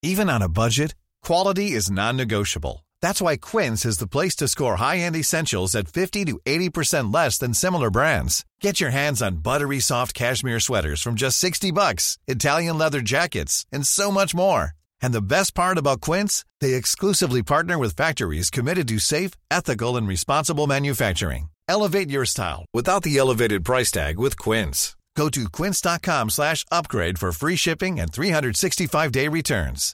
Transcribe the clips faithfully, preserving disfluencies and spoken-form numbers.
Even on a budget, quality is non-negotiable. That's why Quince is the place to score high-end essentials at fifty to eighty percent less than similar brands. Get your hands on buttery soft cashmere sweaters from just sixty bucks, Italian leather jackets, and so much more. And the best part about Quince, they exclusively partner with factories committed to safe, ethical, and responsible manufacturing. Elevate your style without the elevated price tag with Quince. Go to quince.com slash upgrade for free shipping and three sixty-five day returns.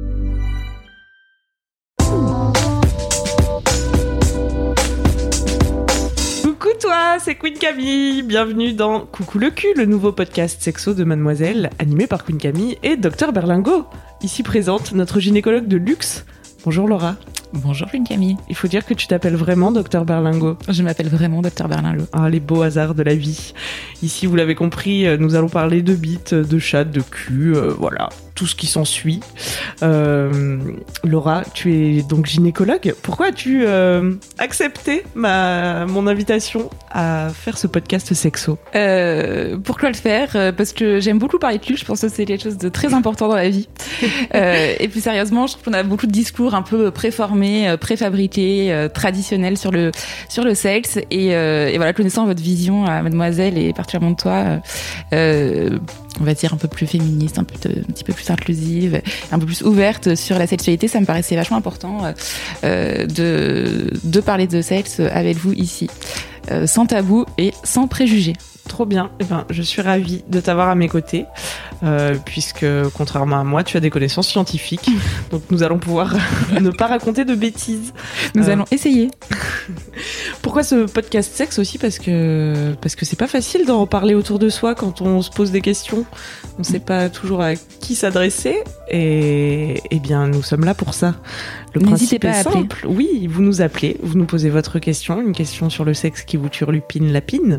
Coucou toi, c'est Queen Camille. Bienvenue dans Coucou le cul, le nouveau podcast sexo de Mademoiselle, animé par Queen Camille et Docteur Berlingot. Ici présente notre gynécologue de luxe. Bonjour Laura. Bonjour Queen Camille. Il faut dire que tu t'appelles vraiment Docteur Berlingot. Je m'appelle vraiment Docteur Berlingot. Ah, les beaux hasards de la vie. Ici, vous l'avez compris, nous allons parler de bites, de chatte, de cul, euh, voilà, tout ce qui s'ensuit. Euh, Laura, tu es donc gynécologue. Pourquoi as-tu euh, accepté ma, mon invitation à faire ce podcast sexo ? euh, Pourquoi le faire ? Parce que j'aime beaucoup parler de cul, je pense que c'est quelque chose de très important dans la vie. euh, et plus sérieusement, je trouve qu'on a beaucoup de discours un peu préformés, préfabriqués, euh, traditionnels sur le, sur le sexe. Et, euh, et voilà, connaissant votre vision à Mademoiselle et particulièrement de toi, euh, on va dire un peu plus féministe, un, peu, un petit peu plus inclusive, un peu plus ouverte sur la sexualité, ça me paraissait vachement important euh, de, de parler de sexe avec vous ici, euh, sans tabou et sans préjugés. Trop bien. Eh ben, je suis ravie de t'avoir à mes côtés, euh, puisque contrairement à moi, tu as des connaissances scientifiques. Donc nous allons pouvoir ne pas raconter de bêtises. Nous euh... allons essayer. Pourquoi ce podcast sexe aussi ? Parce que parce que c'est pas facile d'en parler autour de soi quand on se pose des questions. On sait pas toujours à qui s'adresser. Et eh bien, nous sommes là pour ça. Le N'hésitez principe pas est à simple. appeler. Oui, vous nous appelez, vous nous posez votre question, une question sur le sexe qui vous turlupine la pine.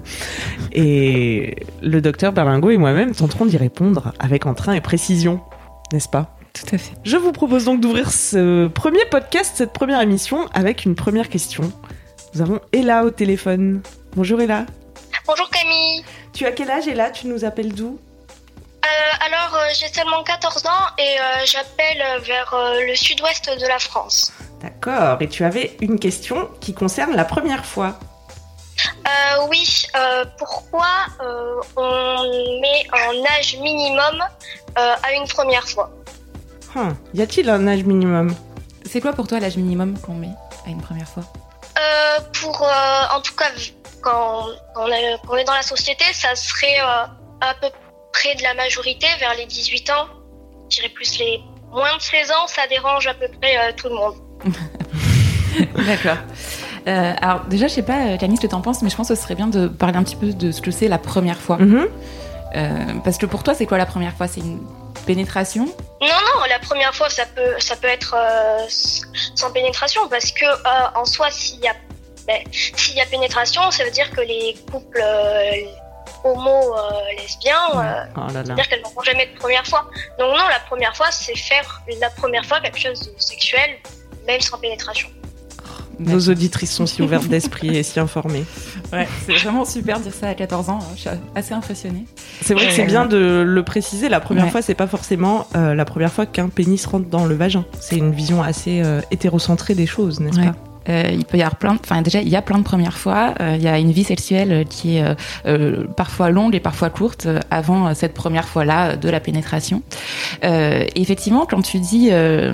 Et le docteur Berlingot et moi-même tenterons d'y répondre avec entrain et précision, n'est-ce pas ? Tout à fait. Je vous propose donc d'ouvrir ce premier podcast, cette première émission, avec une première question. Nous avons Ella au téléphone. Bonjour Ella. Bonjour Camille. Tu as quel âge Ella ? Tu nous appelles d'où ? Euh, alors, euh, j'ai seulement quatorze ans et euh, j'appelle vers euh, le sud-ouest de la France. D'accord. Et tu avais une question qui concerne la première fois. Euh, oui. Euh, pourquoi euh, on met un âge minimum euh, à une première fois ? Hum. Y a-t-il un âge minimum ? C'est quoi pour toi l'âge minimum qu'on met à une première fois ? euh, Pour, euh, en tout cas, quand on est, quand on est dans la société, ça serait euh, à peu près de la majorité, vers les dix-huit ans. Je dirais plus les moins de seize ans, ça dérange à peu près euh, tout le monde. D'accord. Euh, alors déjà, je sais pas, Camille, ce que t'en penses, mais je pense que ce serait bien de parler un petit peu de ce que c'est la première fois. Mm-hmm. Euh, parce que pour toi, c'est quoi la première fois ? C'est une pénétration ? Non, non, la première fois, ça peut, ça peut être euh, sans pénétration, parce que euh, en soi, s'il y a, ben, s'il y a pénétration, ça veut dire que les couples euh, homo euh, lesbiens, euh, oh là là. c'est-à-dire qu'elles n'auront jamais de première fois. Donc non, la première fois, c'est faire la première fois quelque chose de sexuel, même sans pénétration. Nos auditrices sont si ouvertes d'esprit et si informées. Ouais, c'est vraiment super de dire ça à quatorze ans. Je suis assez impressionnée. C'est vrai que c'est bien de le préciser. La première ouais. fois, c'est pas forcément euh, la première fois qu'un pénis rentre dans le vagin. C'est une vision assez euh, hétérocentrée des choses, n'est-ce ouais. pas ? Euh, il peut y avoir plein de, enfin déjà il y a plein de premières fois. Euh, il y a une vie sexuelle qui est euh, euh, parfois longue et parfois courte euh, avant euh, cette première fois-là euh, de la pénétration. Euh, et effectivement, quand tu dis euh,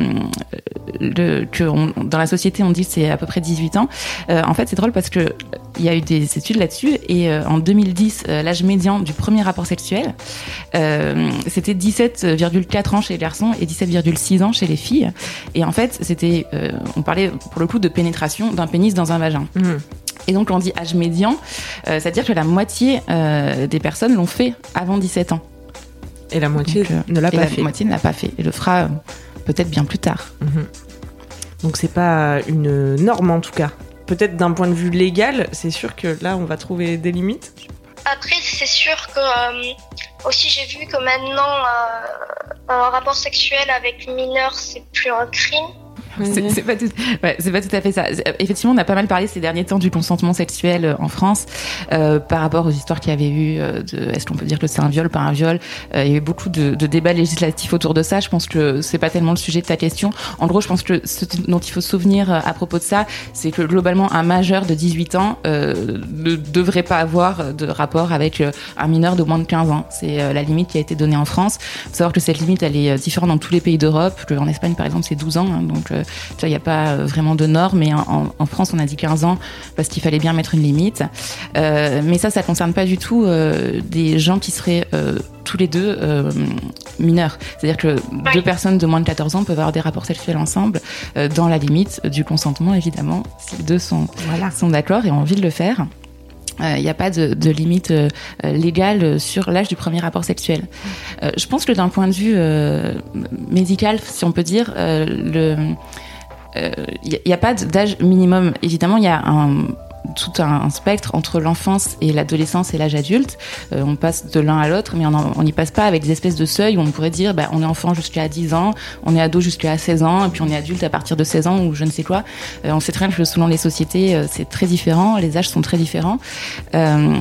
le, que on, dans la société on dit que c'est à peu près dix-huit ans, euh, en fait c'est drôle parce que il y a eu des études là-dessus et euh, en deux mille dix, euh, l'âge médian du premier rapport sexuel, euh, c'était dix-sept virgule quatre ans chez les garçons et dix-sept virgule six ans chez les filles. Et en fait, c'était, euh, on parlait pour le coup de pénétration d'un pénis dans un vagin. Mmh. Et donc, on dit âge médian, euh, c'est-à-dire que la moitié euh, des personnes l'ont fait avant dix-sept ans. Et la moitié donc, euh, ne l'a et pas la fait. La moitié ne l'a pas fait et le fera euh, peut-être bien plus tard. Mmh. Donc, c'est pas une norme en tout cas. Peut-être d'un point de vue légal, c'est sûr que là, on va trouver des limites. Après, c'est sûr que euh, aussi j'ai vu que maintenant euh, un rapport sexuel avec mineur, c'est plus un crime. C'est, c'est pas tout, ouais, c'est pas tout à fait ça. Effectivement, on a pas mal parlé ces derniers temps du consentement sexuel en France, euh, par rapport aux histoires qu'il y avait eu euh, de, est-ce qu'on peut dire que c'est un viol, pas un viol. Euh, il y a eu beaucoup de, de débats législatifs autour de ça. Je pense que c'est pas tellement le sujet de ta question. En gros, je pense que ce dont il faut se souvenir à propos de ça, c'est que globalement, un majeur de dix-huit ans euh, ne devrait pas avoir de rapport avec un mineur de moins de quinze ans. C'est euh, la limite qui a été donnée en France. Il faut savoir que cette limite, elle est différente dans tous les pays d'Europe. En Espagne, par exemple, c'est douze ans, hein, donc euh, tu vois, il n'y a pas vraiment de normes, mais en, en France, on a dit quinze ans parce qu'il fallait bien mettre une limite. Euh, mais ça, ça concerne pas du tout euh, des gens qui seraient euh, tous les deux euh, mineurs. C'est-à-dire que ouais. deux personnes de moins de quatorze ans peuvent avoir des rapports sexuels ensemble euh, dans la limite du consentement, évidemment, si les deux sont, voilà. sont d'accord et ont envie de le faire. Il euh, n'y a pas de, de limite euh, légale sur l'âge du premier rapport sexuel. Euh, je pense que d'un point de vue euh, médical, si on peut dire, euh, le, il euh, n'y a, a pas d'âge minimum. Évidemment, il y a un tout un, un spectre entre l'enfance et l'adolescence et l'âge adulte. Euh, on passe de l'un à l'autre, mais on n'y passe pas avec des espèces de seuils où on pourrait dire bah, on est enfant jusqu'à dix ans, on est ado jusqu'à seize ans, et puis on est adulte à partir de seize ans ou je ne sais quoi. Euh, on sait très bien que selon les sociétés, euh, c'est très différent, les âges sont très différents. Euh,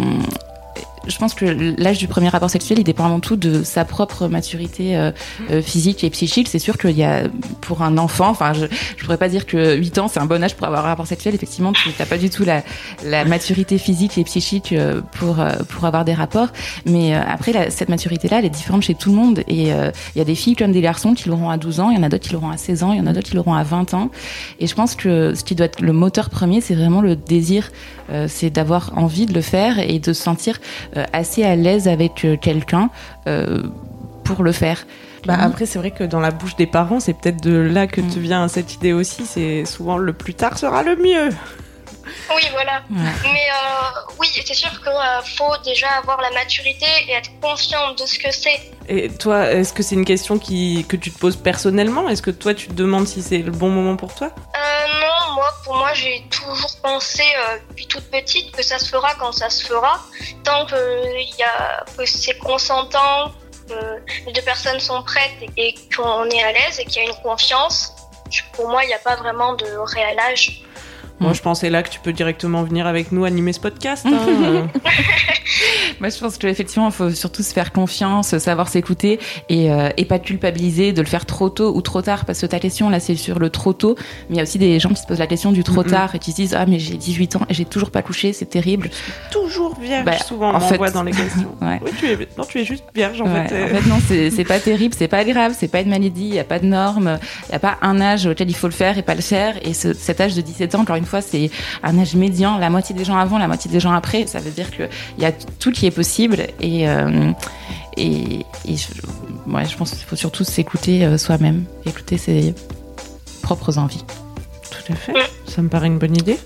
Je pense que l'âge du premier rapport sexuel, il dépend avant tout de sa propre maturité euh, euh, physique et psychique. C'est sûr qu'il y a, pour un enfant, enfin, je, je pourrais pas dire que huit ans, c'est un bon âge pour avoir un rapport sexuel. Effectivement, tu n'as pas du tout la, la maturité physique et psychique euh, pour, euh, pour avoir des rapports. Mais euh, après, la, cette maturité-là, elle est différente chez tout le monde. Et il euh, y a des filles comme des garçons qui l'auront à douze ans, il y en a d'autres qui l'auront à seize ans, il y en a d'autres qui l'auront à vingt ans. Et je pense que ce qui doit être le moteur premier, c'est vraiment le désir, euh, c'est d'avoir envie de le faire et de se sentir euh, assez à l'aise avec euh, quelqu'un euh, pour le faire. Bah après, c'est vrai que dans la bouche des parents, c'est peut-être de là que te vient cette idée aussi. C'est souvent le plus tard sera le mieux. Oui, voilà. Ouais. Mais euh, oui, c'est sûr qu'il euh, faut déjà avoir la maturité et être conscient de ce que c'est. Et toi, est-ce que c'est une question qui, que tu te poses personnellement ? Est-ce que toi, tu te demandes si c'est le bon moment pour toi ? euh, Non, moi, pour moi, j'ai toujours pensé euh, depuis toute petite que ça se fera quand ça se fera. Tant que, y a, que c'est consentant, que les deux personnes sont prêtes et, et qu'on est à l'aise et qu'il y a une confiance, pour moi, il n'y a pas vraiment de réel âge. Moi, je pensais là que tu peux directement venir avec nous animer ce podcast. Hein. Moi, je pense qu'effectivement, il faut surtout se faire confiance, savoir s'écouter et, euh, et pas culpabiliser de le faire trop tôt ou trop tard. Parce que ta question, là, c'est sur le trop tôt. Mais il y a aussi des gens qui se posent la question du trop mm-hmm. tard et qui se disent « Ah, mais j'ai dix-huit ans et j'ai toujours pas couché, c'est terrible. » Je suis toujours vierge, bah, souvent, on m'envoie fait... dans les questions. Ouais. Oui, tu es... Non, tu es juste vierge, en ouais. fait. En fait, non, c'est, c'est pas terrible, c'est pas grave, c'est pas une maladie, il n'y a pas de normes, il n'y a pas un âge auquel il faut le faire et pas le faire. Et ce, cet âge de dix-sept ans, encore une fois, c'est un âge médian, la moitié des gens avant, la moitié des gens après. Ça veut dire qu'il y a tout qui est possible et, euh, et, et je, ouais, je pense qu'il faut surtout s'écouter euh, soi-même, écouter ses propres envies. Tout à fait, ça me paraît une bonne idée.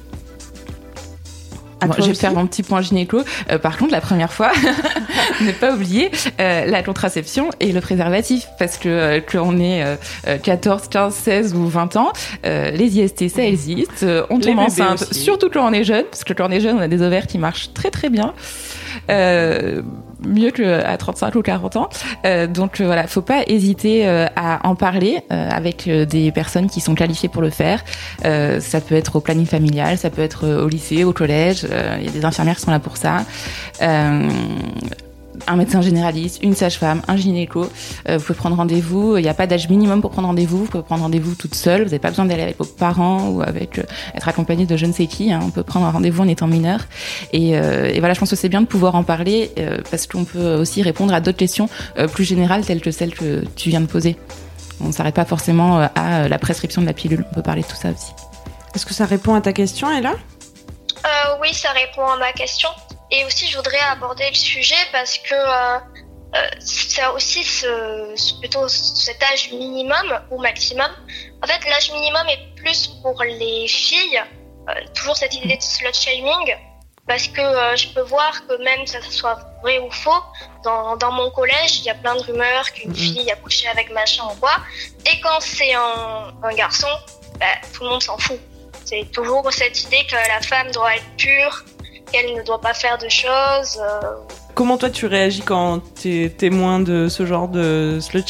Bon, je vais faire mon petit point gynéco. Euh, par contre, la première fois, ne pas oublier euh, la contraception et le préservatif. Parce que euh, qu'on ait euh, quatorze, quinze, seize ou vingt ans, euh, les I S T, ça existe. Euh, on tombe enceinte, surtout quand on est jeune. Parce que quand on est jeune, on a des ovaires qui marchent très très bien. Euh, mieux qu'à trente-cinq ou quarante ans. Euh, donc euh, voilà, faut pas hésiter euh, à en parler euh, avec euh, des personnes qui sont qualifiées pour le faire. Euh, ça peut être au planning familial, ça peut être euh, au lycée, au collège. Il euh, y a des infirmières qui sont là pour ça. Euh, un médecin généraliste, une sage-femme, un gynéco. Euh, vous pouvez prendre rendez-vous. Il n'y a pas d'âge minimum pour prendre rendez-vous. Vous pouvez prendre rendez-vous toute seule. Vous n'avez pas besoin d'aller avec vos parents ou avec euh, être accompagné de je ne sais qui. Hein. On peut prendre un rendez-vous en étant mineur. Et, euh, et voilà, je pense que c'est bien de pouvoir en parler euh, parce qu'on peut aussi répondre à d'autres questions euh, plus générales telles que celles que tu viens de poser. On ne s'arrête pas forcément euh, à la prescription de la pilule. On peut parler de tout ça aussi. Est-ce que ça répond à ta question, Ella ? euh, Oui, ça répond à ma question. Et aussi, je voudrais aborder le sujet parce que euh, euh, c'est aussi ce, ce, plutôt cet âge minimum ou maximum. En fait, l'âge minimum est plus pour les filles. Euh, toujours cette idée de slut shaming. Parce que euh, je peux voir que même ça soit vrai ou faux, dans, dans mon collège, il y a plein de rumeurs qu'une mmh. fille a couché avec machin ou quoi. Et quand c'est un, un garçon, bah, tout le monde s'en fout. C'est toujours cette idée que la femme doit être pure, qu'elle ne doit pas faire de choses. Euh... Comment toi tu réagis quand t'es témoin de ce genre de slut-shaming ?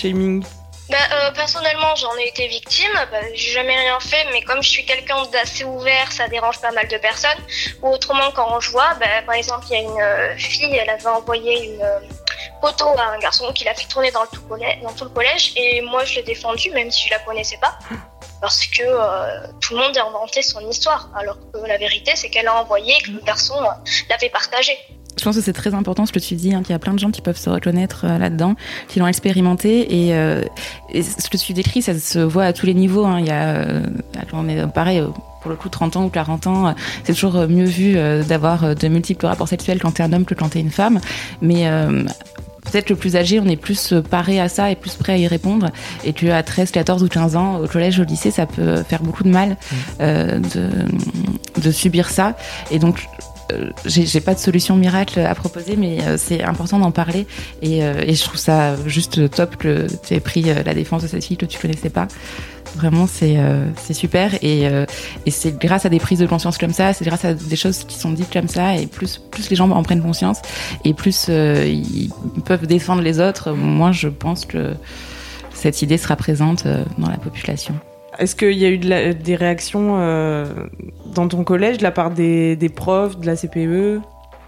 Bah, euh, personnellement, j'en ai été victime. Bah, j'ai jamais rien fait, mais comme je suis quelqu'un d'assez ouvert, ça dérange pas mal de personnes. Ou autrement, quand je vois, bah, par exemple, il y a une euh, fille, elle avait envoyé une euh, photo à un garçon qui l'a fait tourner dans, le tout collège, dans tout le collège, et moi, je l'ai défendue, même si je la connaissais pas, parce que euh, tout le monde a inventé son histoire, alors que la vérité, c'est qu'elle a envoyé et que le garçon euh, l'avait partagée. Je pense que c'est très important ce que tu dis, hein, qu'il y a plein de gens qui peuvent se reconnaître euh, là-dedans, qui l'ont expérimenté. Et, euh, et ce que tu décris, ça se voit à tous les niveaux. Hein. Il y a, euh, on est pareil, euh, pour le coup, trente ans ou quarante ans, euh, c'est toujours mieux vu euh, d'avoir de multiples rapports sexuels quand t'es un homme que quand t'es une femme. Mais euh, peut-être le plus âgé, on est plus paré à ça et plus prêt à y répondre. Et que à treize, quatorze ou quinze ans, au collège, au lycée, ça peut faire beaucoup de mal euh, de, de subir ça. Et donc, Euh, j'ai, j'ai pas de solution miracle à proposer, mais euh, c'est important d'en parler et, euh, et je trouve ça juste top que tu aies pris euh, la défense de cette fille que tu connaissais pas. Vraiment, c'est, euh, c'est super et, euh, et c'est grâce à des prises de conscience comme ça, c'est grâce à des choses qui sont dites comme ça et plus, plus les gens en prennent conscience et plus euh, ils peuvent défendre les autres, moins je pense que cette idée sera présente euh, dans la population. Est-ce qu'il y a eu de la, des réactions euh, dans ton collège de la part des, des profs, de la C P E ? Euh,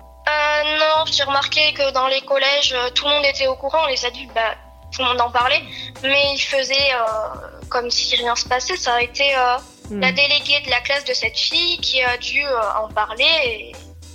non, j'ai remarqué que dans les collèges, tout le monde était au courant, les adultes, bah, tout le monde en parlait, mais ils faisaient euh, comme si rien se passait. Ça a été euh, mmh. la déléguée de la classe de cette fille qui a dû euh, en parler, et,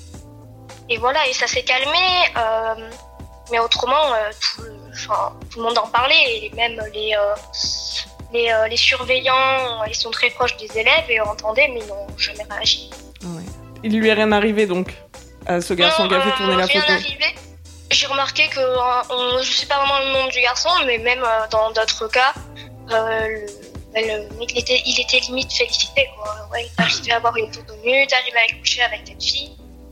et voilà, et ça s'est calmé, euh, mais autrement, euh, tout, tout le monde en parlait, et même les... Euh, Les, euh, les surveillants, ils sont très proches des élèves et entendez, mais ils n'ont jamais réagi. Ouais. Il lui est rien arrivé donc à ce garçon non, qui a fait tourner euh, la rien photo. Arrivé. J'ai remarqué que, euh, on, je sais pas vraiment le nom du garçon, mais même euh, dans d'autres cas, euh, le, le, il, était, il était limite félicité, quoi. Ouais, il arrivait à avoir une photo nue, t'arrivais à coucher avec cette fille,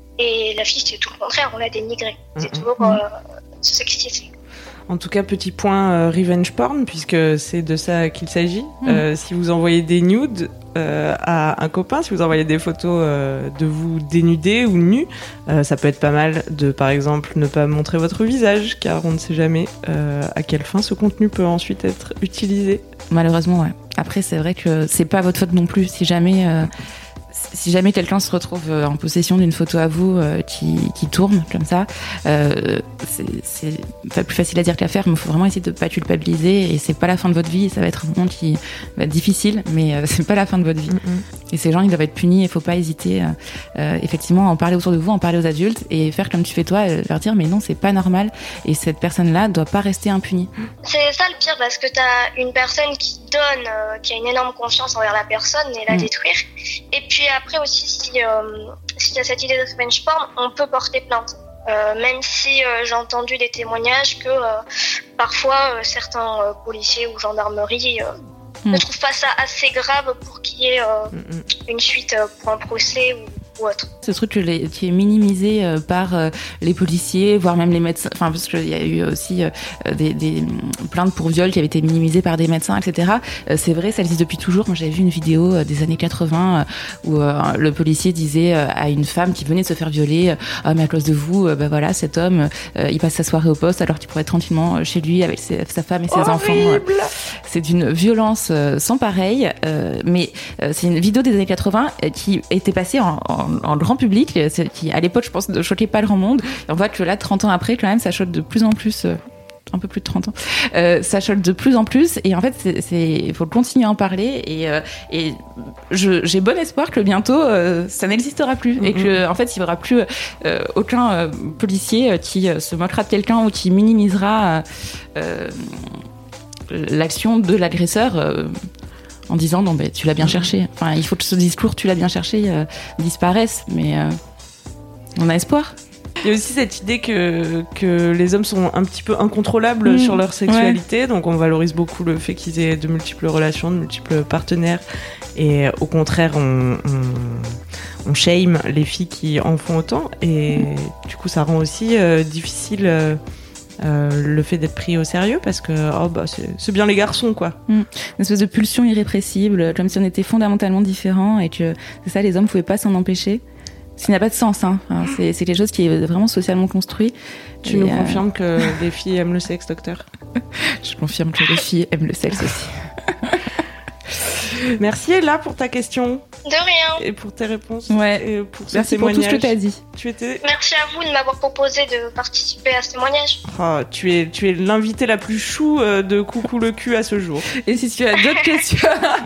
et la fille c'est tout le contraire, on l'a dénigrée. C'est mm-hmm. toujours euh, se sextiser. En tout cas, petit point euh, revenge porn, puisque c'est de ça qu'il s'agit. Mmh. Euh, si vous envoyez des nudes euh, à un copain, si vous envoyez des photos euh, de vous dénudés ou nus, euh, ça peut être pas mal de, par exemple, ne pas montrer votre visage, car on ne sait jamais euh, à quelle fin ce contenu peut ensuite être utilisé. Malheureusement, ouais. Après, c'est vrai que c'est pas votre faute non plus. Si jamais... Euh... Si jamais quelqu'un se retrouve en possession d'une photo à vous euh, qui, qui tourne comme ça, euh, c'est, c'est pas plus facile à dire qu'à faire, mais il faut vraiment essayer de ne pas culpabiliser et c'est pas la fin de votre vie, et ça va être un moment qui va être difficile, mais euh, c'est pas la fin de votre vie. Mm-hmm. Et ces gens, ils doivent être punis, il faut pas hésiter, euh, euh, effectivement, à en parler autour de vous, en parler aux adultes et faire comme tu fais toi, euh, leur dire mais non, c'est pas normal et cette personne-là doit pas rester impunie. C'est ça le pire, parce que t'as une personne qui donne, euh, qui a une énorme confiance envers la personne et la mm. détruire. Et puis après aussi, si euh, s'il y a cette idée de revenge porn, on peut porter plainte. Euh, même si euh, j'ai entendu des témoignages que euh, parfois euh, certains euh, policiers ou gendarmeries euh, mm. ne trouvent pas ça assez grave pour qu'il y ait euh, mm. une suite euh, pour un procès ou autre. Ce truc qui est minimisé euh, par euh, les policiers, voire même les médecins, enfin parce qu'il y a eu aussi euh, des, des plaintes pour viol qui avaient été minimisées par des médecins, et cetera. Euh, c'est vrai, ça existe depuis toujours. Moi, j'avais vu une vidéo euh, des années quatre-vingts euh, où euh, le policier disait euh, à une femme qui venait de se faire violer, ah euh, mais à cause de vous, euh, bah voilà, cet homme, euh, il passe sa soirée au poste alors qu'il pourrait être tranquillement chez lui avec ses, sa femme et ses Horrible. enfants. C'est d'une violence euh, sans pareil. Euh, mais euh, c'est une vidéo des années quatre-vingts euh, qui était passée en, en en grand public, qui à l'époque je pense ne choquait pas le grand monde, et on voit que là trente ans après quand même ça choque de plus en plus, euh, un peu plus de trente ans, euh, ça choque de plus en plus, et en fait c'est, c'est, il faut continuer à en parler, et, euh, et je, j'ai bon espoir que bientôt euh, ça n'existera plus, mm-hmm. et que en fait il n'y aura plus euh, aucun euh, policier qui euh, se moquera de quelqu'un ou qui minimisera euh, l'action de l'agresseur euh, en disant non ben tu l'as bien cherché. Enfin, il faut que ce discours tu l'as bien cherché euh, disparaisse, mais euh, on a espoir. Il y a aussi cette idée que, que les hommes sont un petit peu incontrôlables mmh, sur leur sexualité, ouais. Donc on valorise beaucoup le fait qu'ils aient de multiples relations, de multiples partenaires, et au contraire on, on, on shame les filles qui en font autant, et mmh. du coup ça rend aussi euh, difficile euh, Euh, le fait d'être pris au sérieux, parce que oh bah c'est, c'est bien les garçons quoi. Mmh. Une espèce de pulsion irrépressible, comme si on était fondamentalement différents et que c'est ça, les hommes pouvaient pas s'en empêcher. Ce qui n'a pas de sens, hein. Enfin, c'est, c'est quelque chose qui est vraiment socialement construit. Tu nous euh... confirmes que les filles aiment le sexe, docteur? Je confirme que les filles aiment le sexe aussi. Merci Ella pour ta question. De rien. Et pour tes réponses. Ouais. Et pour ce Merci pour tout ce que tu as dit. Tu étais... Merci à vous de m'avoir proposé de participer à ce témoignage. Oh, tu es, tu es l'invitée la plus chou de Coucou le cul à ce jour. Et si tu as d'autres questions,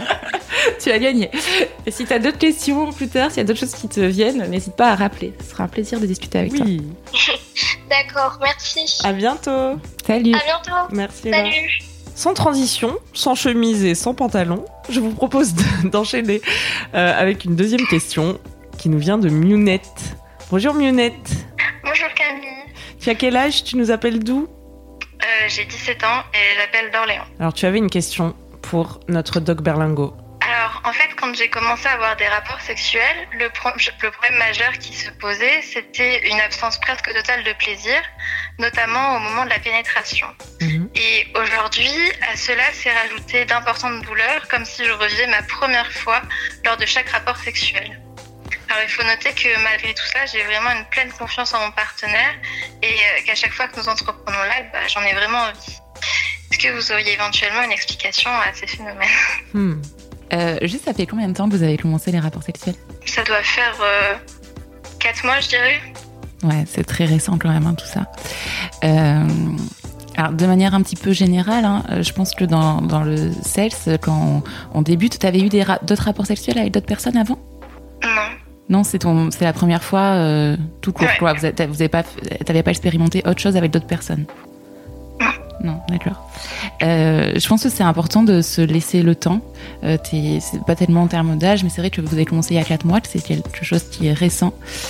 tu as gagné. Et si tu as d'autres questions plus tard, s'il y a d'autres choses qui te viennent, n'hésite pas à rappeler. Ce sera un plaisir de discuter avec oui. toi. Oui. D'accord, merci. À bientôt. Salut. À bientôt. Merci. Salut. Ella. Sans transition, sans chemise et sans pantalon, je vous propose de, d'enchaîner euh, avec une deuxième question qui nous vient de Mionette. Bonjour Mionette. Bonjour Camille. Tu as quel âge? Tu nous appelles d'où? euh, J'ai dix-sept ans et j'appelle d'Orléans. Alors tu avais une question pour notre Doc Berlingot. Alors en fait quand j'ai commencé à avoir des rapports sexuels, le, pro- le problème majeur qui se posait c'était une absence presque totale de plaisir, notamment au moment de la pénétration. Mmh. Et aujourd'hui, à cela s'est rajouté d'importantes douleurs, comme si je revivais ma première fois lors de chaque rapport sexuel. Alors il faut noter que malgré tout cela, j'ai vraiment une pleine confiance en mon partenaire et qu'à chaque fois que nous entreprenons l'acte, bah, j'en ai vraiment envie. Est-ce que vous auriez éventuellement une explication à ces phénomènes? mmh. euh, Juste, ça fait combien de temps que vous avez commencé les rapports sexuels? Ça doit faire euh, quatre mois, je dirais. Ouais, c'est très récent quand même, hein, tout ça. Euh, alors, de manière un petit peu générale, hein, je pense que dans, dans le sexe, quand on, on débute, tu avais eu des ra- d'autres rapports sexuels avec d'autres personnes avant? Non. Non, c'est, ton, c'est la première fois euh, tout court. Ouais. Quoi. Vous n'avez pas, pas expérimenté autre chose avec d'autres personnes? Non. Non, d'accord. Euh, je pense que c'est important de se laisser le temps. Euh, c'est pas tellement en termes d'âge, mais c'est vrai que vous avez commencé il y a quatre mois, que c'est quelque chose qui est récent.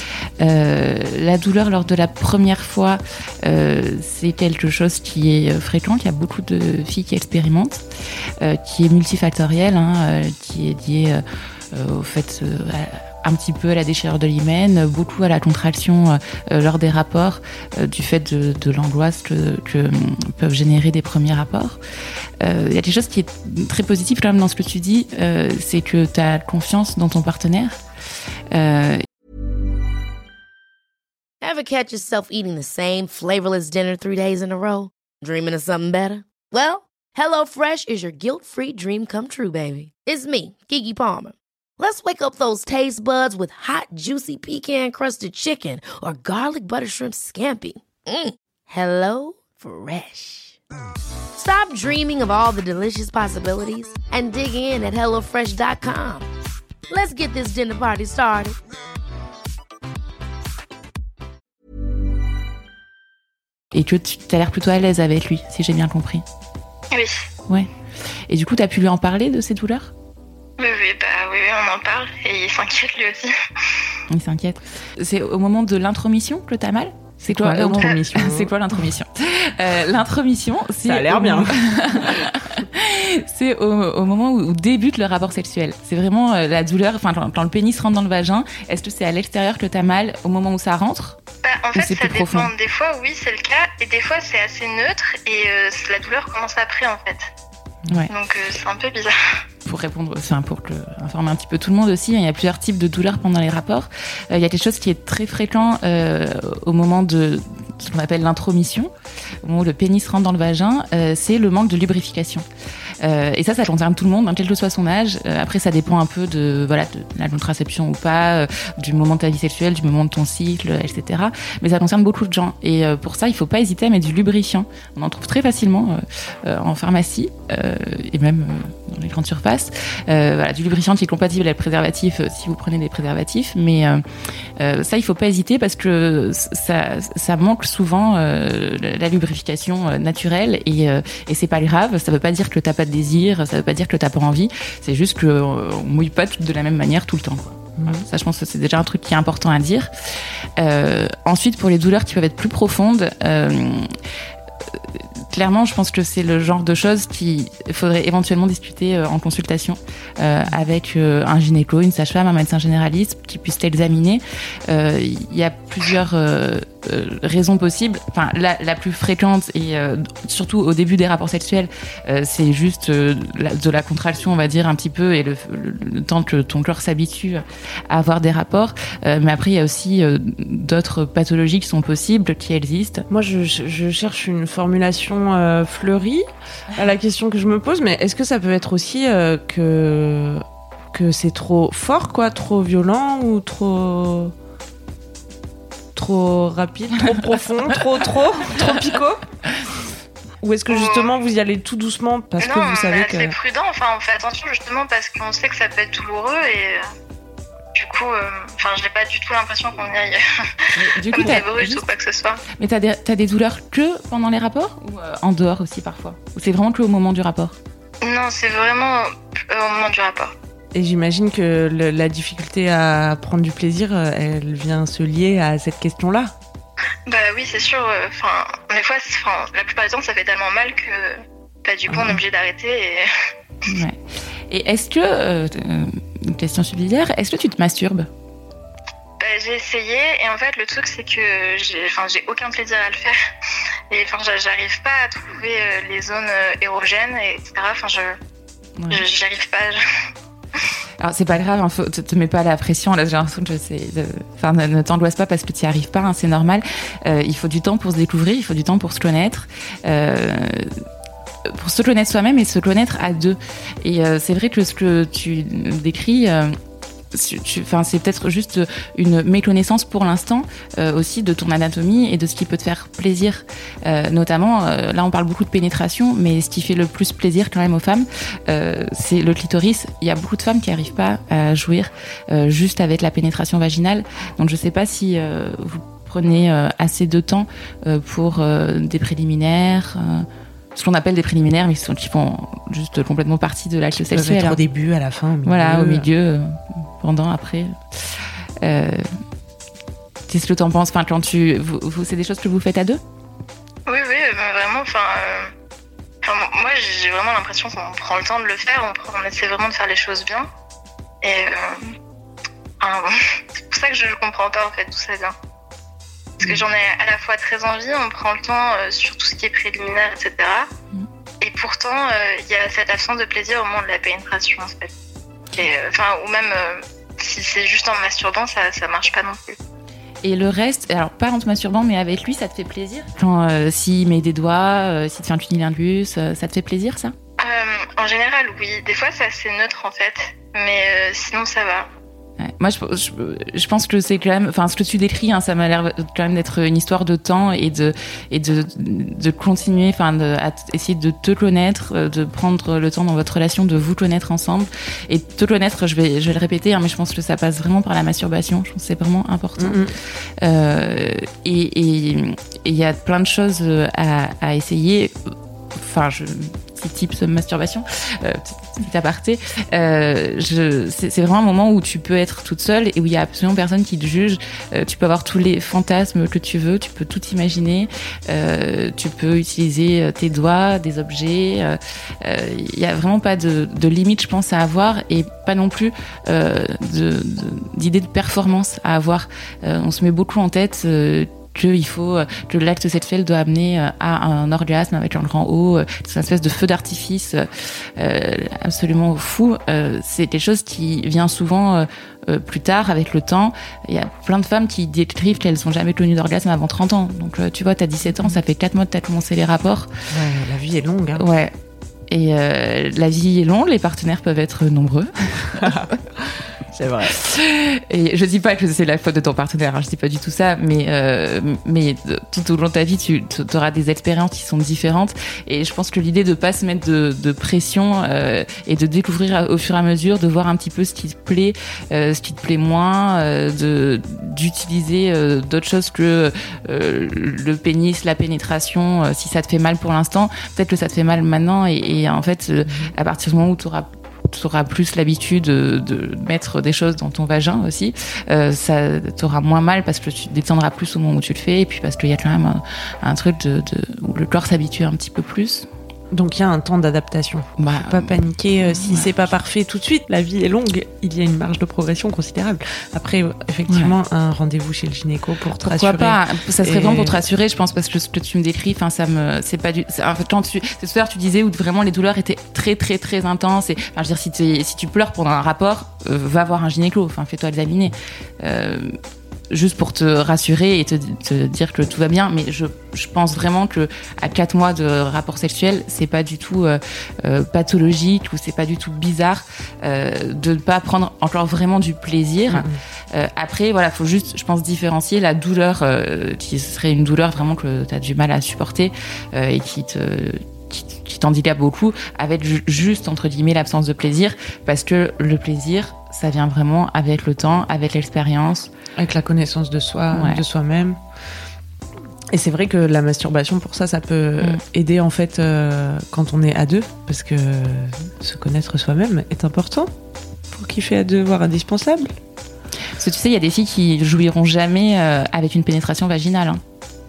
Euh, la douleur lors de la première fois, euh, c'est quelque chose qui est fréquent, qu'il y a beaucoup de filles qui expérimentent, euh, qui est multifactoriel, hein, euh, qui est lié euh, au fait... Euh, à, un petit peu à la déchirure de l'hymen, beaucoup à la contraction euh, lors des rapports, euh, du fait de, de l'angoisse que, que euh, peuvent générer des premiers rapports. Il euh, y a quelque chose qui est très positif quand même dans ce que tu dis, euh, c'est que tu as confiance dans ton partenaire. Euh... Ever catch yourself eating the same flavorless dinner three days in a row? Dreaming of something better? Well, HelloFresh is your guilt-free dream come true, baby. It's me, Keke Palmer. Let's wake up those taste buds with hot, juicy pecan-crusted chicken or garlic butter shrimp scampi. Mm. Hello Fresh. Stop dreaming of all the delicious possibilities and dig in at hello fresh dot com. Let's get this dinner party started. Et que tu as l'air plutôt à l'aise avec lui, si j'ai bien compris. Oui. Ouais. Et du coup, tu as pu lui en parler de ces douleurs? Oui, oui, bah oui, oui, on en parle et il s'inquiète lui aussi. Il s'inquiète. C'est au moment de l'intromission que t'as mal? C'est quoi, quoi l'intromission? C'est quoi l'intromission? euh, L'intromission, c'est... Ça a l'air bien. C'est au, au moment où, où débute le rapport sexuel. C'est vraiment euh, la douleur, enfin quand, quand le pénis rentre dans le vagin. Est-ce que c'est à l'extérieur que t'as mal au moment où ça rentre? Bah, en fait, ça dépend. Profond? Des fois, oui, c'est le cas. Et des fois, c'est assez neutre. Et euh, la douleur commence après, en fait. Ouais. Donc, euh, c'est un peu bizarre. Pour répondre, enfin pour que, informer un petit peu tout le monde aussi, il y a plusieurs types de douleurs pendant les rapports. Euh, il y a quelque chose qui est très fréquent euh, au moment de ce qu'on appelle l'intromission, au moment où le pénis rentre dans le vagin, euh, c'est le manque de lubrification. Euh, et ça, ça concerne tout le monde, hein, quel que soit son âge. Euh, après, ça dépend un peu de, voilà, de la contraception ou pas, euh, du moment de ta vie sexuelle, du moment de ton cycle, et cetera. Mais ça concerne beaucoup de gens. Et euh, pour ça, il faut pas hésiter à mettre du lubrifiant. On en trouve très facilement euh, euh, en pharmacie euh, et même euh, dans les grandes surfaces. Euh, voilà, du lubrifiant qui est compatible avec le préservatif euh, si vous prenez des préservatifs. Mais euh, euh, ça, il faut pas hésiter parce que ça, ça manque souvent euh, la lubrification euh, naturelle et, euh, et c'est pas grave. Ça veut pas dire que t'as pas de désir, ça veut pas dire que t'as pas envie. C'est juste que euh, on mouille pas de la même manière tout le temps, quoi. Mmh. Voilà, ça, je pense que c'est déjà un truc qui est important à dire. Euh, ensuite, pour les douleurs qui peuvent être plus profondes, euh, clairement, je pense que c'est le genre de choses qu'il faudrait éventuellement discuter euh, en consultation euh, avec euh, un gynéco, une sage-femme, un médecin généraliste qui puisse t'examiner. Il euh, y a plusieurs euh, euh, raisons possibles. Enfin, la, la plus fréquente et euh, surtout au début des rapports sexuels, euh, c'est juste euh, la, de la contraction, on va dire, un petit peu, et le, le, le temps que ton corps s'habitue à avoir des rapports. Euh, mais après, il y a aussi euh, d'autres pathologies qui sont possibles, qui existent. Moi, je, je cherche une formulation euh, fleurie à la question que je me pose, mais est-ce que ça peut être aussi euh, que, que c'est trop fort, quoi, trop violent ou trop... trop rapide, trop profond, trop, trop, trop picot? Ou est-ce que justement vous y allez tout doucement parce non, que vous savez que... c'est prudent, enfin on fait attention justement parce qu'on sait que ça peut être douloureux et euh, du coup, enfin euh, j'ai pas du tout l'impression qu'on y aille du coup, comme des brutes juste... ou quoi que ce soit. Mais t'as des, t'as des douleurs que pendant les rapports ou euh, en dehors aussi parfois? Ou c'est vraiment que au moment du rapport? Non, c'est vraiment euh, au moment du rapport. Et j'imagine que le, la difficulté à prendre du plaisir, elle vient se lier à cette question-là. Bah oui, c'est sûr. Enfin, euh, des fois, la plupart du temps, ça fait tellement mal que bah, du coup, on est obligé d'arrêter. Et... Ouais. Et est-ce que, euh, une question subsidiaire, est-ce que tu te masturbes? Bah, j'ai essayé et en fait, le truc, c'est que j'ai, enfin, j'ai aucun plaisir à le faire. Et enfin, j'arrive pas à trouver les zones érogènes, et cetera. Enfin, je, ouais. je j'y arrive pas. Je... Alors c'est pas grave, hein, faut, te, te mets pas la pression, là j'ai l'impression que je sais, de... enfin ne, ne t'angoisse pas parce que tu y arrives pas, hein, c'est normal. Euh, il faut du temps pour se découvrir, il faut du temps pour se connaître, euh, pour se connaître soi-même et se connaître à deux. Et euh, c'est vrai que ce que tu décris, euh, tu, enfin c'est peut-être juste une méconnaissance pour l'instant euh, aussi de ton anatomie et de ce qui peut te faire plaisir, euh, notamment euh, là on parle beaucoup de pénétration, mais ce qui fait le plus plaisir quand même aux femmes euh, c'est le clitoris. Il y a beaucoup de femmes qui n'arrivent pas à jouir euh, juste avec la pénétration vaginale, donc je sais pas si euh, vous prenez euh, assez de temps euh, pour euh, des préliminaires, euh, ce qu'on appelle des préliminaires, mais qui, sont, qui font juste complètement partie de l'acte sexuel. Être au début, à la fin, au milieu. Voilà, au milieu, euh, pendant, après. Euh, qu'est-ce que t'en penses? Enfin, quand tu, vous, vous, c'est des choses que vous faites à deux? Oui, oui, vraiment. Enfin, euh, moi, j'ai vraiment l'impression qu'on prend le temps de le faire. On, prend, on essaie vraiment de faire les choses bien. Et euh, enfin, c'est pour ça que je ne comprends pas en fait d'où ça vient. Parce que j'en ai à la fois très envie, on prend le temps euh, sur tout ce qui est préliminaire, et cetera. Mmh. Et pourtant, il euh, y a cette absence de plaisir au moment de la pénétration, en fait. Enfin, euh, ou même euh, si c'est juste en masturbant, ça, ça marche pas non plus. Et le reste, alors pas en te masturbant, mais avec lui, ça te fait plaisir? Quand euh, s'il met des doigts, euh, s'il te fait un cunilingus, euh, ça te fait plaisir, ça? euh, En général, oui. Des fois, c'est assez neutre, en fait. Mais euh, sinon, ça va. Ouais. Moi, je, je, je pense que c'est quand même, enfin, ce que tu décris, hein, ça m'a l'air quand même d'être une histoire de temps et de et de de continuer, enfin, de à essayer de te connaître, de prendre le temps dans votre relation de vous connaître ensemble et te connaître. Je vais je vais le répéter, hein, mais je pense que ça passe vraiment par la masturbation. Je pense que c'est vraiment important. Mm-hmm. Euh, et et il y a plein de choses à à essayer. Enfin, je type de masturbation, euh, petit aparté, euh, je, c'est, c'est vraiment un moment où tu peux être toute seule et où il y a absolument personne qui te juge. Euh, tu peux avoir tous les fantasmes que tu veux, tu peux tout imaginer, euh, tu peux utiliser tes doigts, des objets. Il euh, euh, y a vraiment pas de, de limite, je pense, à avoir et pas non plus euh, de, de, d'idée de performance à avoir. Euh, on se met beaucoup en tête euh, qu'il faut, que l'acte sexuel doit amener à un orgasme avec un grand O, c'est une espèce de feu d'artifice euh, absolument fou. Euh, c'est quelque chose qui vient souvent euh, plus tard, avec le temps. Il y a plein de femmes qui décrivent qu'elles n'ont jamais connu d'orgasme avant trente ans. Donc tu vois, t'as dix-sept ans, ça fait quatre mois que t'as commencé les rapports. Ouais, la vie est longue. Hein. Ouais. Et euh, la vie est longue, les partenaires peuvent être nombreux. C'est vrai. Et je dis pas que c'est la faute de ton partenaire, hein, je dis pas du tout ça, mais euh, mais tout au long de ta vie, tu auras des expériences qui sont différentes. Et je pense que l'idée de pas se mettre de, de pression euh, et de découvrir au fur et à mesure, de voir un petit peu ce qui te plaît, euh, ce qui te plaît moins, euh, de d'utiliser euh, d'autres choses que euh, le pénis, la pénétration. Euh, si ça te fait mal pour l'instant, peut-être que ça te fait mal maintenant. Et, et en fait, euh, à partir du moment où tu auras tu auras plus l'habitude de, de mettre des choses dans ton vagin aussi, euh, ça t'aura moins mal parce que tu détendras plus au moment où tu le fais et puis parce qu'il y a quand même un, un truc de, de, où le corps s'habitue un petit peu plus. Donc il y a un temps d'adaptation. Bah, Faut pas paniquer euh, si ouais. c'est pas parfait tout de suite. La vie est longue, il y a une marge de progression considérable. Après, effectivement, ouais. un rendez-vous chez le gynéco pour te Pourquoi rassurer. Pourquoi pas. Ça serait et... vraiment pour te rassurer, je pense, parce que ce que tu me décris, enfin, ça me, c'est pas du. C'est, en fait, quand tu, c'est tout à l'heure tu disais où vraiment les douleurs étaient très très très intenses. Et, enfin, je veux dire, si, si tu pleures pendant un rapport, euh, va voir un gynéco. Enfin, fais-toi examiner. Euh, juste pour te rassurer et te, te dire que tout va bien, mais je, je pense vraiment que à quatre mois de rapport sexuel, c'est pas du tout euh, euh, pathologique ou c'est pas du tout bizarre euh, de ne pas prendre encore vraiment du plaisir. Mmh. Euh, après, voilà, faut juste, je pense, différencier la douleur euh, qui serait une douleur vraiment que tu as du mal à supporter euh, et qui te qui, qui t'handicape beaucoup, avec ju- juste entre guillemets l'absence de plaisir, parce que le plaisir, ça vient vraiment avec le temps, avec l'expérience. Avec la connaissance de soi, ouais. de soi-même. Et c'est vrai que la masturbation, pour ça, ça peut mmh. aider en fait euh, quand on est à deux, parce que se connaître soi-même est important pour kiffer à deux, voire indispensable. Parce que tu sais, il y a des filles qui jouiront jamais euh, avec une pénétration vaginale. Hein.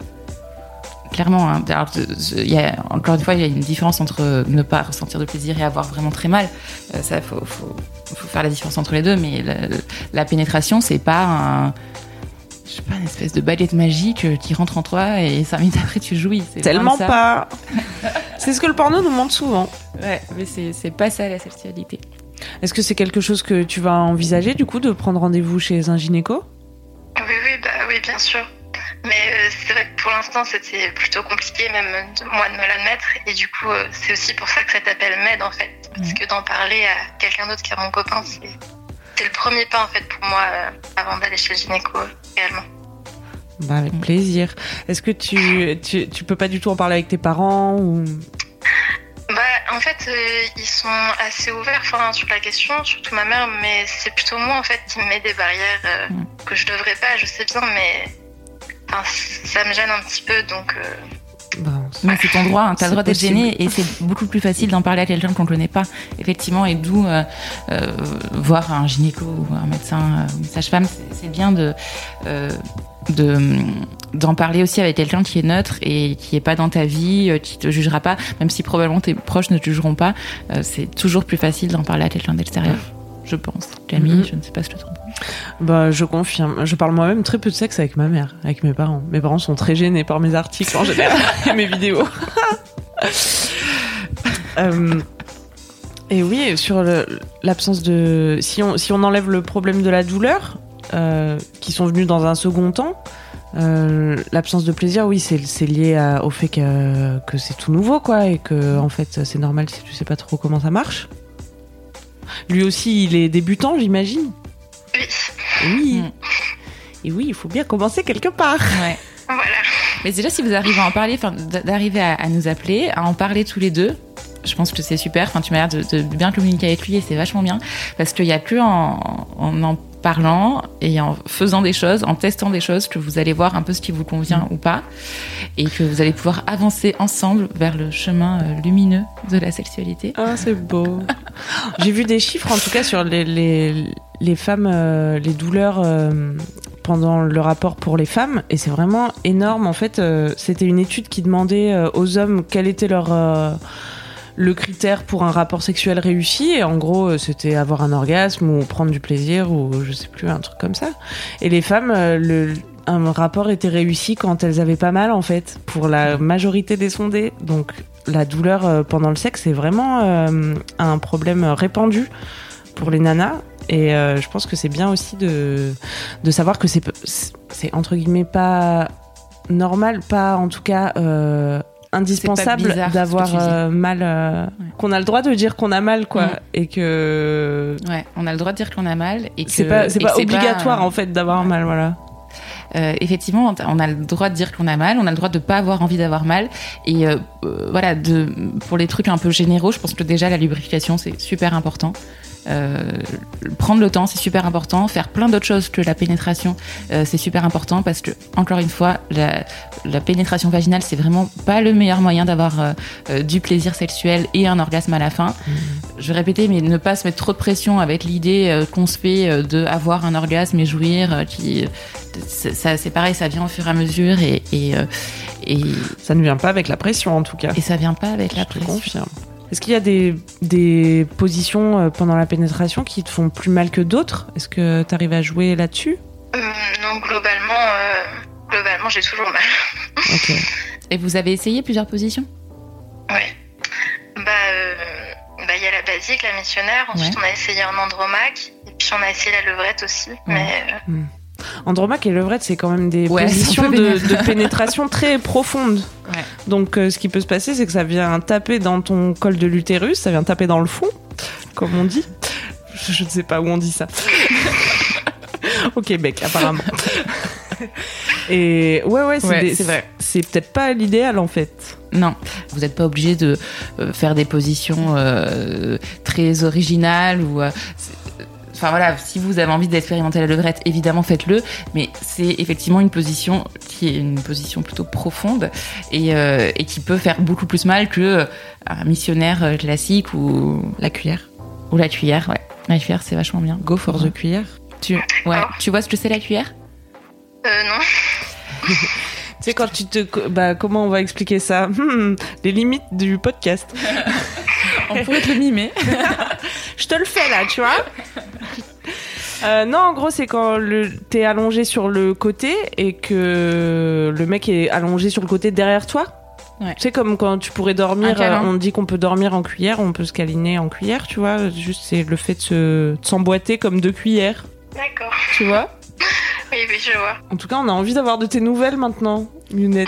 Clairement, hein. Alors, y a, encore une fois, il y a une différence entre ne pas ressentir de plaisir et avoir vraiment très mal. Euh, ça, faut, faut, faut faire la différence entre les deux. Mais la, la pénétration, c'est pas un, je sais pas, une espèce de baguette magique qui rentre en toi et cinq minutes après tu jouis. C'est tellement pas. C'est ce que le porno nous montre souvent. Ouais, mais c'est, c'est pas ça la sexualité. Est-ce que c'est quelque chose que tu vas envisager du coup de prendre rendez-vous chez un gynéco ? Oui, oui, bah oui, bien sûr. Mais euh, c'est vrai que pour l'instant, c'était plutôt compliqué, même de, moi, de me l'admettre. Et du coup, euh, c'est aussi pour ça que ça t'appelle m'aide, en fait. Parce que d'en parler à quelqu'un d'autre qu'à mon copain, c'est, c'est le premier pas, en fait, pour moi, euh, avant d'aller chez le gynéco, réellement. Bah, avec plaisir. Est-ce que tu, tu, tu peux pas du tout en parler avec tes parents ou... Bah, en fait, euh, ils sont assez ouverts enfin, sur la question, surtout ma mère, mais c'est plutôt moi, en fait, qui me met des barrières euh, mmh. que je devrais pas, je sais bien, mais... Enfin, ça me gêne un petit peu, donc... Euh... Bah, c'est... Mais c'est ton droit, hein. T'as le droit d'être gêné et c'est beaucoup plus facile d'en parler à quelqu'un qu'on ne connaît pas, effectivement, et d'où euh, euh, voir un gynéco ou un médecin ou une sage-femme, c'est, c'est bien de, euh, de, d'en parler aussi avec quelqu'un qui est neutre et qui n'est pas dans ta vie, qui ne te jugera pas, même si probablement tes proches ne te jugeront pas, euh, c'est toujours plus facile d'en parler à quelqu'un d'extérieur. Je pense. Camille, mm-hmm. je ne sais pas si je te trompe. Bah, je confirme. Je parle moi-même très peu de sexe avec ma mère, avec mes parents. Mes parents sont très gênés par mes articles en général et mes vidéos. euh, et oui, sur le, l'absence de... Si on, si on enlève le problème de la douleur, euh, qui sont venus dans un second temps, euh, l'absence de plaisir, oui, c'est, c'est lié à, au fait que, que c'est tout nouveau, quoi, et que, en fait, c'est normal si tu sais pas trop comment ça marche. Lui aussi, il est débutant, j'imagine. Oui. Oui. Mm. Et oui, il faut bien commencer quelque part. Ouais. Voilà. Mais déjà, si vous arrivez à en parler, enfin, d'arriver à, à nous appeler, à en parler tous les deux, je pense que c'est super. Enfin, tu m'as l'air de, de bien communiquer avec lui et c'est vachement bien. Parce qu'il n'y a que en, en en parlant et en faisant des choses, en testant des choses, que vous allez voir un peu ce qui vous convient mmh. ou pas. Et que vous allez pouvoir avancer ensemble vers le chemin euh, lumineux de la sexualité. Ah, c'est beau. J'ai vu des chiffres, en tout cas, sur les, les, les femmes, euh, les douleurs euh, pendant le rapport pour les femmes. Et c'est vraiment énorme. En fait, euh, c'était une étude qui demandait euh, aux hommes quel était leur... Euh, le critère pour un rapport sexuel réussi, et en gros c'était avoir un orgasme ou prendre du plaisir ou je sais plus, un truc comme ça. Et les femmes, le, un rapport était réussi quand elles avaient pas mal, en fait, pour la majorité des sondés. Donc la douleur pendant le sexe est vraiment euh, un problème répandu pour les nanas. Et euh, je pense que c'est bien aussi de, de savoir que c'est, c'est entre guillemets pas normal, pas en tout cas... Euh, indispensable d'avoir euh, mal euh, ouais. qu'on a le droit de dire qu'on a mal, quoi. mmh. Et que ouais, on a le droit de dire qu'on a mal et que c'est pas c'est pas c'est obligatoire pas, euh... en fait d'avoir ouais. mal, voilà. Euh, effectivement, on a le droit de dire qu'on a mal, on a le droit de pas avoir envie d'avoir mal, et euh, euh, voilà, de pour les trucs un peu généraux, je pense que déjà la lubrification c'est super important. Euh, prendre le temps, c'est super important. Faire plein d'autres choses que la pénétration, euh, c'est super important parce que, encore une fois, la, la pénétration vaginale, c'est vraiment pas le meilleur moyen d'avoir euh, euh, du plaisir sexuel et un orgasme à la fin. Mmh. Je vais répéter, mais ne pas se mettre trop de pression avec l'idée euh, qu'on se fait euh, d'avoir un orgasme et jouir. Euh, qui, ça, c'est pareil, ça vient au fur et à mesure et, et, euh, Et ça ne vient pas avec la pression en tout cas. Et ça vient pas avec Je la te pression. confirme. Est-ce qu'il y a des, des positions pendant la pénétration qui te font plus mal que d'autres ? Est-ce que tu arrives à jouer là-dessus ? euh, Non, globalement, euh, globalement, j'ai toujours mal. Ok. Et vous avez essayé plusieurs positions ? Ouais. Bah, euh, bah, y a la basique, la missionnaire. Ensuite, Ouais. on a essayé un andromaque. Et puis, on a essayé la levrette aussi. Ouais. Mais euh, Hmm. Andromaque et levrette, c'est quand même des Ouais, positions c'est un peu de, vénère. de pénétration très profondes. Ouais. Donc, euh, ce qui peut se passer, c'est que ça vient taper dans ton col de l'utérus, ça vient taper dans le fond, comme on dit. Je, je ne sais pas où on dit ça. Au Québec, apparemment. Et ouais, ouais, c'est, Ouais, des- c'est vrai. c'est peut-être pas l'idéal en fait. Non, vous n'êtes pas obligé de euh, faire des positions euh, très originales ou. euh, c'est- Enfin voilà, si vous avez envie d'expérimenter la levrette, évidemment faites-le, mais c'est effectivement une position qui est une position plutôt profonde et, euh, et qui peut faire beaucoup plus mal que euh, un missionnaire euh, classique ou La cuillère. ou la cuillère. Ouais, la cuillère c'est vachement bien. Go for the cuillère. Tu, ouais, tu vois ce que c'est la cuillère ? euh, non. Tu sais, quand tu te. Bah, comment on va expliquer ça ? Hmm, les limites du podcast. On pourrait te le mimer. Je te le fais là, tu vois. Euh, non, en gros, c'est quand le, t'es allongé sur le côté et que le mec est allongé sur le côté derrière toi. Ouais. Tu sais, comme quand tu pourrais Un dormir, câlin. euh, on dit qu'on peut dormir en cuillère, on peut se câliner en cuillère, tu vois. Juste, c'est le fait de, se, de s'emboîter comme deux cuillères, D'accord. tu vois. Oui, oui, je vois. En tout cas, on a envie d'avoir de tes nouvelles maintenant, Lunette.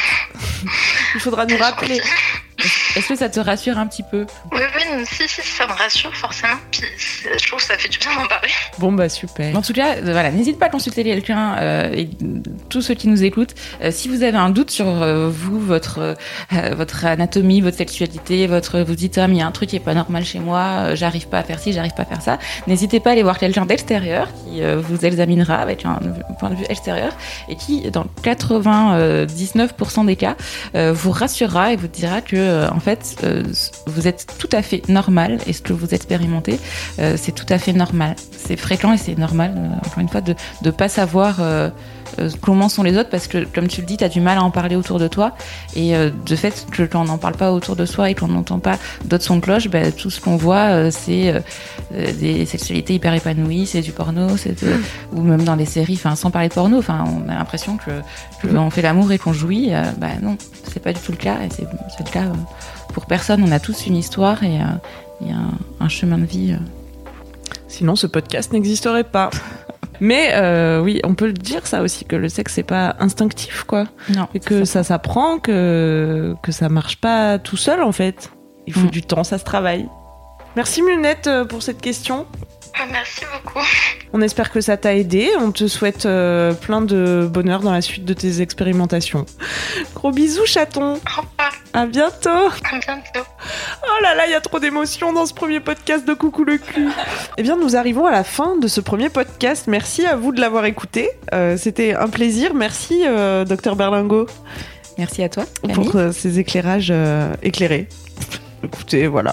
Il faudra nous rappeler. Est-ce que ça te rassure un petit peu ? Oui, oui, non, si, si, ça me rassure forcément. Puis c'est- je trouve que ça fait du bien d'en parler. Bon, bah, super. En tout cas, euh, voilà, n'hésite pas à consulter quelqu'un euh, et tous ceux qui nous écoutent. Euh, si vous avez un doute sur euh, vous, votre euh, votre anatomie, votre sexualité, votre vous dites ah mais il y a un truc qui est pas normal chez moi, euh, j'arrive pas à faire ci, j'arrive pas à faire ça. N'hésitez pas à aller voir quelqu'un d'extérieur qui euh, vous examinera avec un, un point de vue extérieur et qui, dans quatre-vingt-dix-neuf pour cent des cas, euh, vous rassurera et vous dira que euh, en fait euh, vous êtes tout à fait normal et ce que vous expérimentez, euh, c'est tout à fait normal. C'est fréquent et c'est normal, euh, encore une fois, de ne pas savoir euh, euh, comment sont les autres parce que, comme tu le dis, tu as du mal à en parler autour de toi. Et euh, de fait, que quand on n'en parle pas autour de soi et qu'on n'entend pas d'autres sons de cloche, bah, tout ce qu'on voit, euh, c'est euh, euh, des sexualités hyper épanouies, c'est du porno, c'est de- ou même dans les séries, enfin, sans parler de porno, enfin, on a l'impression que, que on fait l'amour et qu'on jouit. Euh, bah non, c'est pas du tout le cas. Et c'est, c'est le cas euh, pour personne. On a tous une histoire et, euh, et un, un chemin de vie. Euh, Sinon, ce podcast n'existerait pas. Mais euh, oui, on peut le dire ça aussi, que le sexe, c'est pas instinctif, quoi. non, Et que ça s'apprend, que, que ça marche pas tout seul, en fait. Il faut Mm. du temps, ça se travaille. Merci, Munette, euh, pour cette question. Ah, merci beaucoup. On espère que ça t'a aidé. On te souhaite euh, plein de bonheur dans la suite de tes expérimentations. Gros bisous, chaton. Au revoir. À bientôt. À bientôt. Oh là là, il y a trop d'émotions dans ce premier podcast de Coucou le cul. Eh bien, nous arrivons à la fin de ce premier podcast. Merci à vous de l'avoir écouté. Euh, c'était un plaisir. Merci, euh, docteur Berlingot, Merci à toi, Camille. pour euh, ces éclairages euh, éclairés. Écoutez, voilà.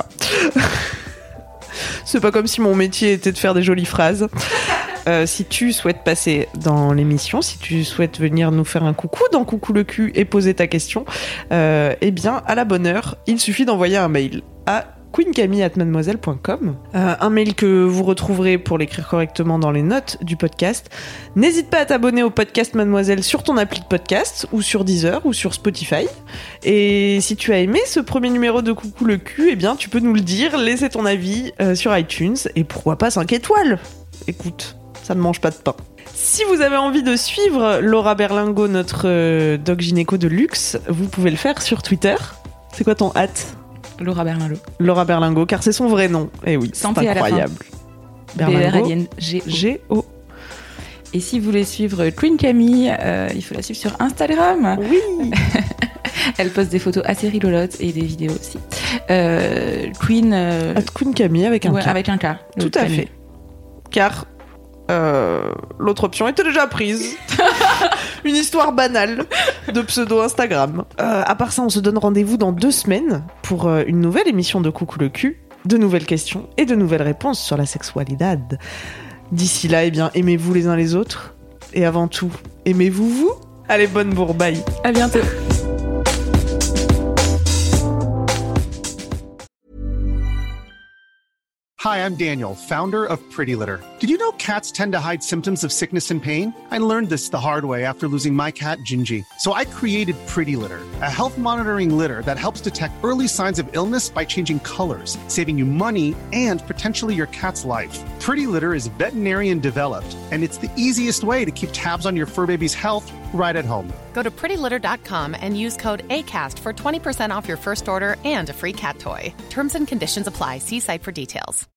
C'est pas comme si mon métier était de faire des jolies phrases. Euh, si tu souhaites passer dans l'émission, si tu souhaites venir nous faire un coucou dans Coucou le cul et poser ta question, euh, eh bien, à la bonne heure, il suffit d'envoyer un mail à queen camille arobase mademoiselle point com. Euh, un mail que vous retrouverez pour l'écrire correctement dans les notes du podcast. N'hésite pas à t'abonner au podcast Mademoiselle sur ton appli de podcast, ou sur Deezer, ou sur Spotify. Et si tu as aimé ce premier numéro de Coucou le cul, eh bien, tu peux nous le dire, laisser ton avis euh, sur iTunes, et pourquoi pas cinq étoiles. Écoute, ça ne mange pas de pain. Si vous avez envie de suivre Laura Berlingot, notre euh, doc gynéco de luxe, vous pouvez le faire sur Twitter. C'est quoi ton hâte ? Laura Berlingot. Laura Berlingot, car c'est son vrai nom. Eh oui, c'est Santé à la fin. incroyable. B R Berlingot, N G O. G O. Et si vous voulez suivre Queen Camille, euh, il faut la suivre sur Instagram. Oui. Elle poste des photos assez rigolotes et des vidéos aussi. Euh, Queen. euh, At Queen Camille avec un ouais, K. avec un K. Tout à fait. Car euh, l'autre option était déjà prise. Une histoire banale de pseudo Instagram. Euh, à part ça, on se donne rendez-vous dans deux semaines pour euh, une nouvelle émission de Coucou le cul, de nouvelles questions et de nouvelles réponses sur la sexualité. D'ici là, eh bien, aimez-vous les uns les autres. Et avant tout, aimez-vous vous. Allez, bonne bourbaille. À bientôt. Hi, I'm Daniel, founder of Pretty Litter. Did you know cats tend to hide symptoms of sickness and pain? I learned this the hard way after losing my cat, Gingy. So I created Pretty Litter, a health monitoring litter that helps detect early signs of illness by changing colors, saving you money and potentially your cat's life. Pretty Litter is veterinarian developed, and it's the easiest way to keep tabs on your fur baby's health right at home. Go to pretty litter dot com and use code ACAST for twenty percent off your first order and a free cat toy. Terms and conditions apply. See site for details.